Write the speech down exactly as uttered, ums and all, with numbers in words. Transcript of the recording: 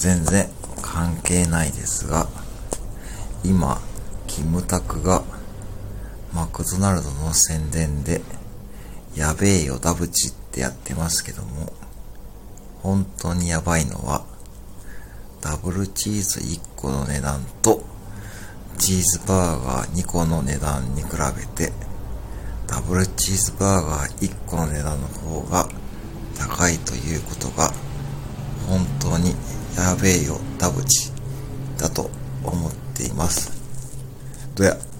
全然関係ないですが、今キムタクがマクドナルドの宣伝でやべえよダブチってやってますけども、本当にやばいのはダブルチーズいっこの値段とチーズバーガーにこの値段に比べて、ダブルチーズバーガーいっこの値段の方が高いということが本当にやべえよダブチだと思っています。どや